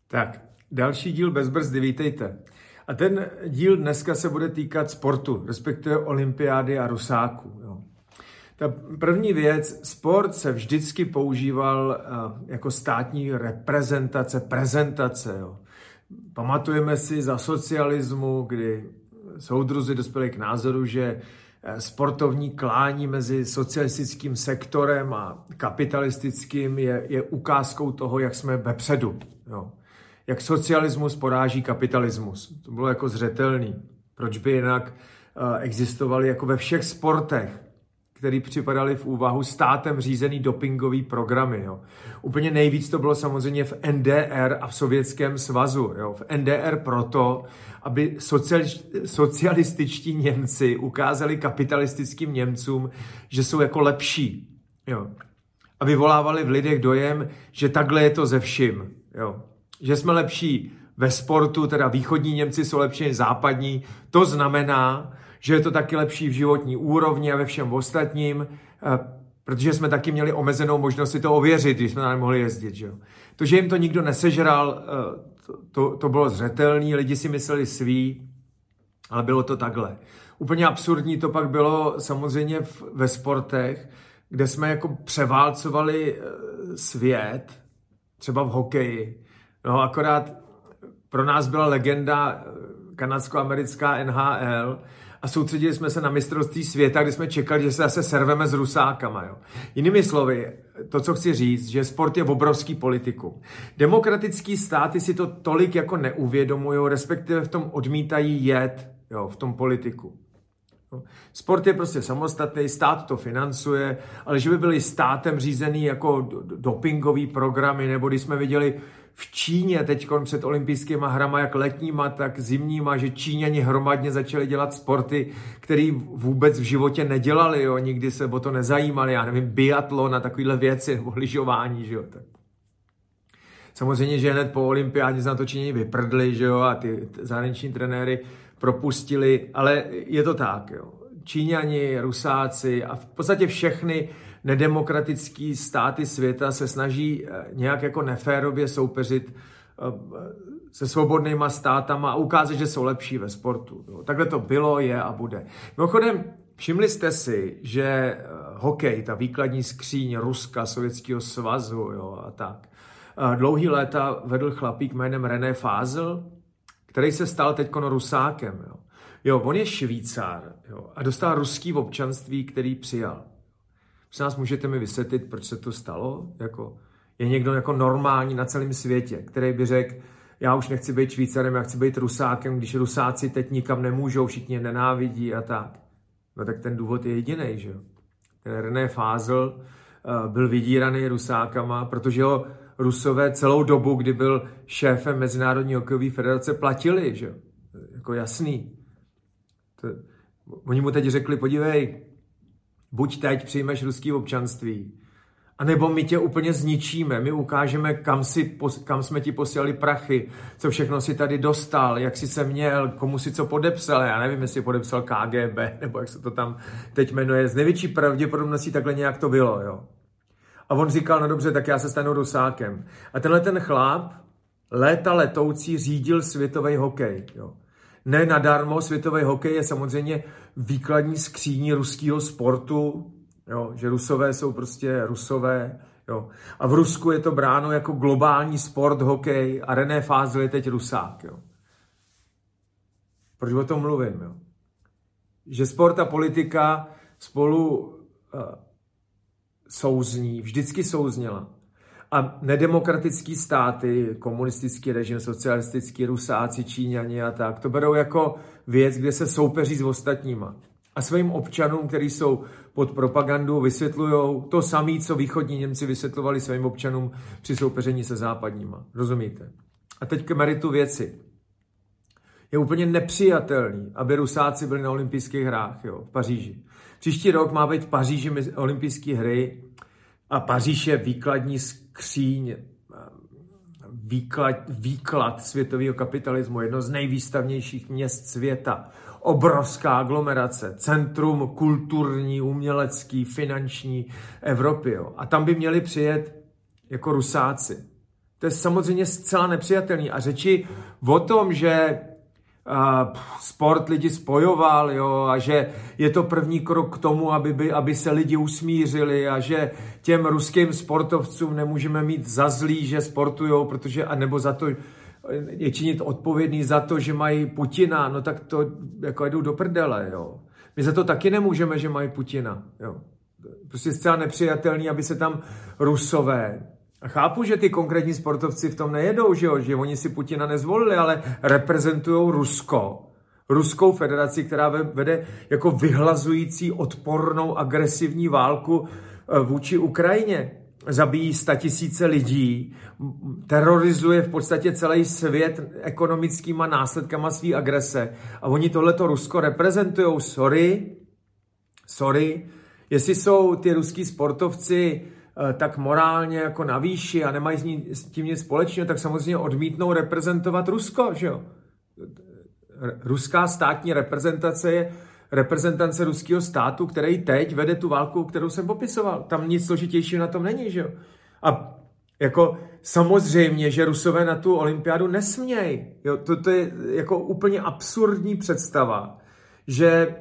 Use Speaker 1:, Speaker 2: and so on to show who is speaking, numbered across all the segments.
Speaker 1: Tak, další díl Bez brzdy, vítejte. A ten díl dneska se bude týkat sportu, respektive olympiády a rusáků. Jo. Ta první věc, sport se vždycky používal jako státní reprezentace, prezentace. Jo. Pamatujeme si za socialismu, kdy soudruzi dospěli k názoru, že sportovní klání mezi socialistickým sektorem a kapitalistickým je ukázkou toho, jak jsme vepředu. Jo. Jak socialismus poráží kapitalismus. To bylo jako zřetelný. Proč by jinak existovaly jako ve všech sportech, které připadaly v úvahu státem řízený dopingový programy. Jo. Úplně nejvíc to bylo samozřejmě v NDR a v Sovětském svazu. Jo. V NDR proto, aby socialističtí Němci ukázali kapitalistickým Němcům, že jsou jako lepší. Jo. A vyvolávali v lidech dojem, že takhle je to ze vším. Jo. Že jsme lepší ve sportu, teda východní Němci jsou lepší než západní. To znamená, že je to taky lepší v životní úrovni a ve všem ostatním, protože jsme taky měli omezenou možnost si to ověřit, když jsme tam mohli jezdit. Že? To, že jim to nikdo nesežral, to bylo zřetelné, lidi si mysleli svý, ale bylo to takhle. Úplně absurdní to pak bylo samozřejmě ve sportech, kde jsme jako převálcovali svět, třeba v hokeji. No akorát pro nás byla legenda kanadsko-americká NHL a soustředili jsme se na mistrovství světa, kdy jsme čekali, že se zase serveme s rusákama. Jo. Jinými slovy, to, co chci říct, že sport je obrovský politikum. Demokratický státy si to tolik jako neuvědomují, respektive v tom odmítají jet, jo, v tom politiku. Sport je prostě samostatný, stát to financuje, ale že by byli státem řízený jako dopingový programy, nebo když jsme viděli v Číně teď před olympijskými hrama, jak letníma, tak zimníma, že Číňani hromadně začali dělat sporty, které vůbec v životě nedělali, jo, nikdy se o to nezajímali, já nevím, biatlon a takovýhle věci, nebo lyžování, že jo, tak. Samozřejmě, že hned po olympiádě na to Číňani vyprdli, že jo, a ty zahraniční trenéry propustili, ale je to tak, jo. Číňani, Rusáci a v podstatě všechny nedemokratické státy světa se snaží nějak jako neférově soupeřit se svobodnýma státama a ukázat, že jsou lepší ve sportu. Jo. Takhle to bylo, je a bude. Mimochodem, všimli jste si, že hokej, ta výkladní skříň Ruska, Sovětského svazu, jo, a tak, dlouhý léta vedl chlapík jménem René Fasel, který se stal teďko Rusákem. Jo, on je Švýcar, jo, a dostal ruský občanství, který přijal. Prosím nás, můžete mi vysvětlit, proč se to stalo? Jako, je někdo jako normální na celém světě, který by řekl, já už nechci být Švýcarem, já chci být Rusákem, když Rusáci teď nikam nemůžou, všichni je nenávidí a tak. No tak ten důvod je jediný, že jo. Ten René Fasel byl vydíraný Rusákama, protože ho Rusové celou dobu, kdy byl šéfem Mezinárodní hokejové federace, platili, že jo. Jako jasný. Oni mu teď řekli, podívej, buď teď přijmeš ruský občanství, anebo my tě úplně zničíme, my ukážeme, kam jsme ti posílali prachy, co všechno si tady dostal, jak jsi se měl, komu si co podepsal, já nevím, jestli podepsal KGB, nebo jak se to tam teď jmenuje, z největší pravděpodobností takhle nějak to bylo, jo. A on říkal, no dobře, tak já se stanu Rusákem. A tenhle ten chlap, léta letoucí, řídil světový hokej, jo. Ne nadarmo, světový hokej je samozřejmě výkladní skříní ruského sportu, jo, že Rusové jsou prostě Rusové. Jo. A v Rusku je to bráno jako globální sport hokej a René Fasel je teď Rusák. Jo. Proč o tom mluvím? Jo? Že sport a politika spolu souzní, vždycky souzněla. A nedemokratický státy, komunistický režim, socialistický, Rusáci, Číňani a tak, to berou jako věc, kde se soupeří s ostatníma. A svým občanům, kteří jsou pod propagandou, vysvětlují to samé, co východní Němci vysvětlovali svým občanům při soupeření se západníma. Rozumíte? A teď k meritu věci. Je úplně nepřijatelný, aby Rusáci byli na olympijských hrách, jo, v Paříži. Příští rok má být v Paříži olympijské hry a Paříž je výkladní skříň, výklad světového kapitalismu, jedno z nejvýstavnějších měst světa, obrovská aglomerace, centrum kulturní, umělecký, finanční Evropy. Jo. A tam by měli přijet jako Rusáci. To je samozřejmě zcela nepřijatelný. A řeči o tom, že sport lidi spojoval, jo, a že je to první krok k tomu, aby se lidi usmířili a že těm ruským sportovcům nemůžeme mít za zlý, že sportujou, protože, anebo za to je činit odpovědný za to, že mají Putina, no tak to jako jdou do prdele, jo. My za to taky nemůžeme, že mají Putina, jo. Prostě zcela nepřijatelný, aby se tam Rusové. A chápu, že ty konkrétní sportovci v tom nejedou, že oni si Putina nezvolili, ale reprezentují Ruskou federaci, která vede jako vyhlazující odpornou agresivní válku vůči Ukrajině. Zabíjí 100 000 lidí, terorizuje v podstatě celý svět ekonomickýma následkama své agrese. A oni tohleto Rusko reprezentujou. Sorry, jestli jsou ty ruský sportovci tak morálně jako na výši a nemají s tím nic společného, tak samozřejmě odmítnou reprezentovat Rusko, že jo? Ruská státní reprezentace je reprezentance ruského státu, který teď vede tu válku, kterou jsem popisoval. Tam nic složitějšího na tom není, že jo? A jako samozřejmě, že Rusové na tu olympiádu nesmějí. Jo? To je jako úplně absurdní představa, že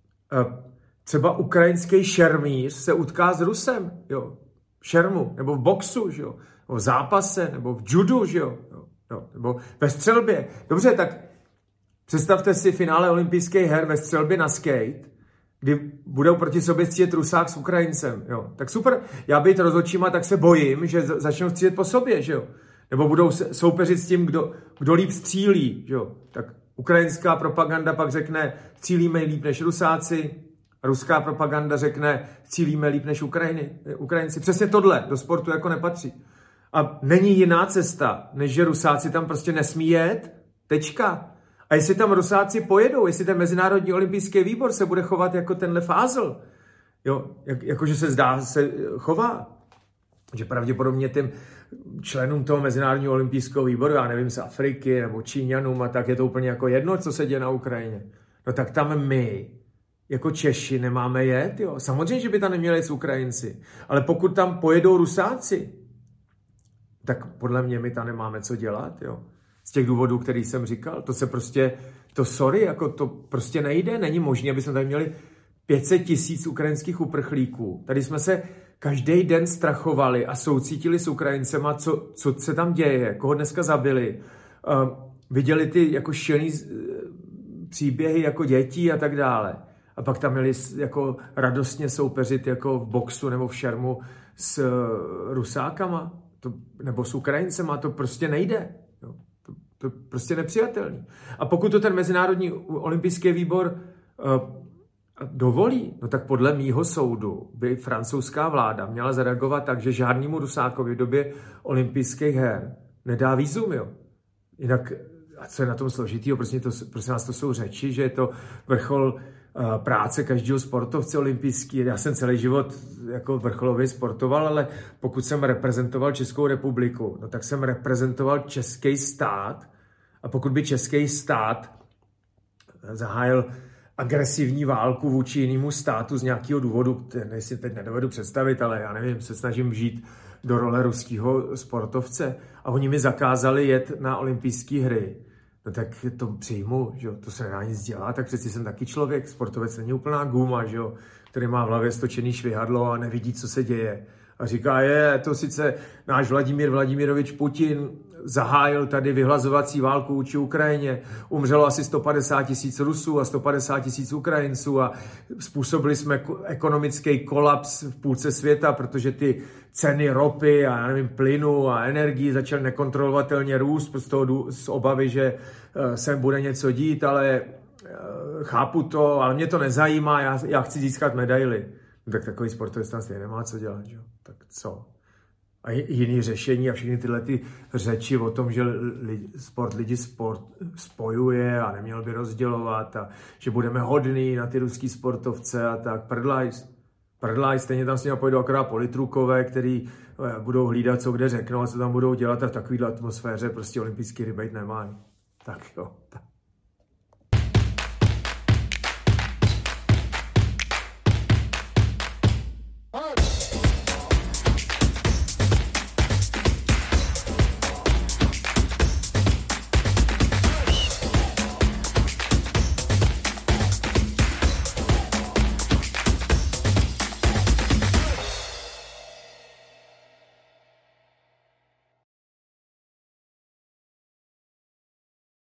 Speaker 1: třeba ukrajinský šermíř se utká s Rusem, jo? Šermu, nebo v boxu, že jo? Nebo v zápase, nebo v judu, že jo? Nebo ve střelbě. Dobře, tak představte si finále olympijských her ve střelbě na skate, kdy budou proti sobě střílet Rusák s Ukrajincem, jo? Tak super, já být rozhodčíma, tak se bojím, že začnou střílet po sobě, že jo? Nebo budou soupeřit s tím, kdo líp střílí, že jo? Tak ukrajinská propaganda pak řekne, střílíme líp než Rusáci, ruská propaganda řekne, cílíme líp než Ukrajinci. Přesně tohle do sportu jako nepatří. A není jiná cesta, než že Rusáci tam prostě nesmí jet. Tečka. A jestli tam Rusáci pojedou, jestli ten Mezinárodní olympijský výbor se bude chovat jako tenhle fázl, jo, jakože se chová, že pravděpodobně těm členům toho Mezinárodního olympijského výboru, já nevím, z Afriky nebo Číňanům, a tak je to úplně jako jedno, co se děje na Ukrajině. No tak tam my jako Češi nemáme jet, jo. Samozřejmě, že by tam neměli jet Ukrajinci, ale pokud tam pojedou Rusáci, tak podle mě my tam nemáme co dělat, jo. Z těch důvodů, který jsem říkal, jako to prostě nejde, není možné, aby jsme tady měli 500 000 ukrajinských uprchlíků. Tady jsme se každý den strachovali a soucítili s Ukrajincema, co se tam děje, koho dneska zabili. Viděli ty jako šílený příběhy jako dětí a tak dále. A pak tam měli jako radostně soupeřit jako v boxu nebo v šermu s Rusákama nebo s Ukrajincema. To prostě nejde. Jo. To prostě nepřijatelný. A pokud to ten Mezinárodní olympijský výbor dovolí, no tak podle mýho soudu by francouzská vláda měla zareagovat tak, že žádnému Rusákovi v době olympijských her nedá vízum, jo. Jinak, a co je na tom složitýho, prosím nás, to jsou řeči, že je to vrchol práce každého sportovce olympijský. Já jsem celý život jako vrcholově sportoval, ale pokud jsem reprezentoval Českou republiku, no tak jsem reprezentoval český stát, a pokud by český stát zahájil agresivní válku vůči jinému státu z nějakého důvodu, který si teď nedovedu představit, ale já nevím, se snažím žít do role ruského sportovce a oni mi zakázali jet na olympijské hry, no tak to přijmu, že jo, to se nedá nic dělat, tak přeci jsem taky člověk, sportovec není úplná guma, že jo, který má v hlavě stočený švihadlo a nevidí, co se děje. A říká, to sice náš Vladimír Vladimirovič Putin zahájil tady vyhlazovací válku vůči Ukrajině, umřelo asi 150 000 Rusů a 150 000 Ukrajinců a způsobili jsme ekonomický kolaps v půlce světa, protože ty ceny ropy a nevím, plynu a energii začaly nekontrolovatelně růst z obavy, že se bude něco dít, ale chápu to, ale mě to nezajímá, já chci získat medaily. No tak takový sportovec tam stejně nemá co dělat, že? Tak co? A jiný řešení a všechny tyhle ty řeči o tom, že lidi spojuje a neměl by rozdělovat a že budeme hodný na ty ruský sportovce a tak. Prdlaj, stejně tam s nimi pojedou akorát politrukové, který budou hlídat, co kde řeknou a co tam budou dělat a v takovéhle atmosféře prostě olympijský rebate nemají. Tak jo, tak.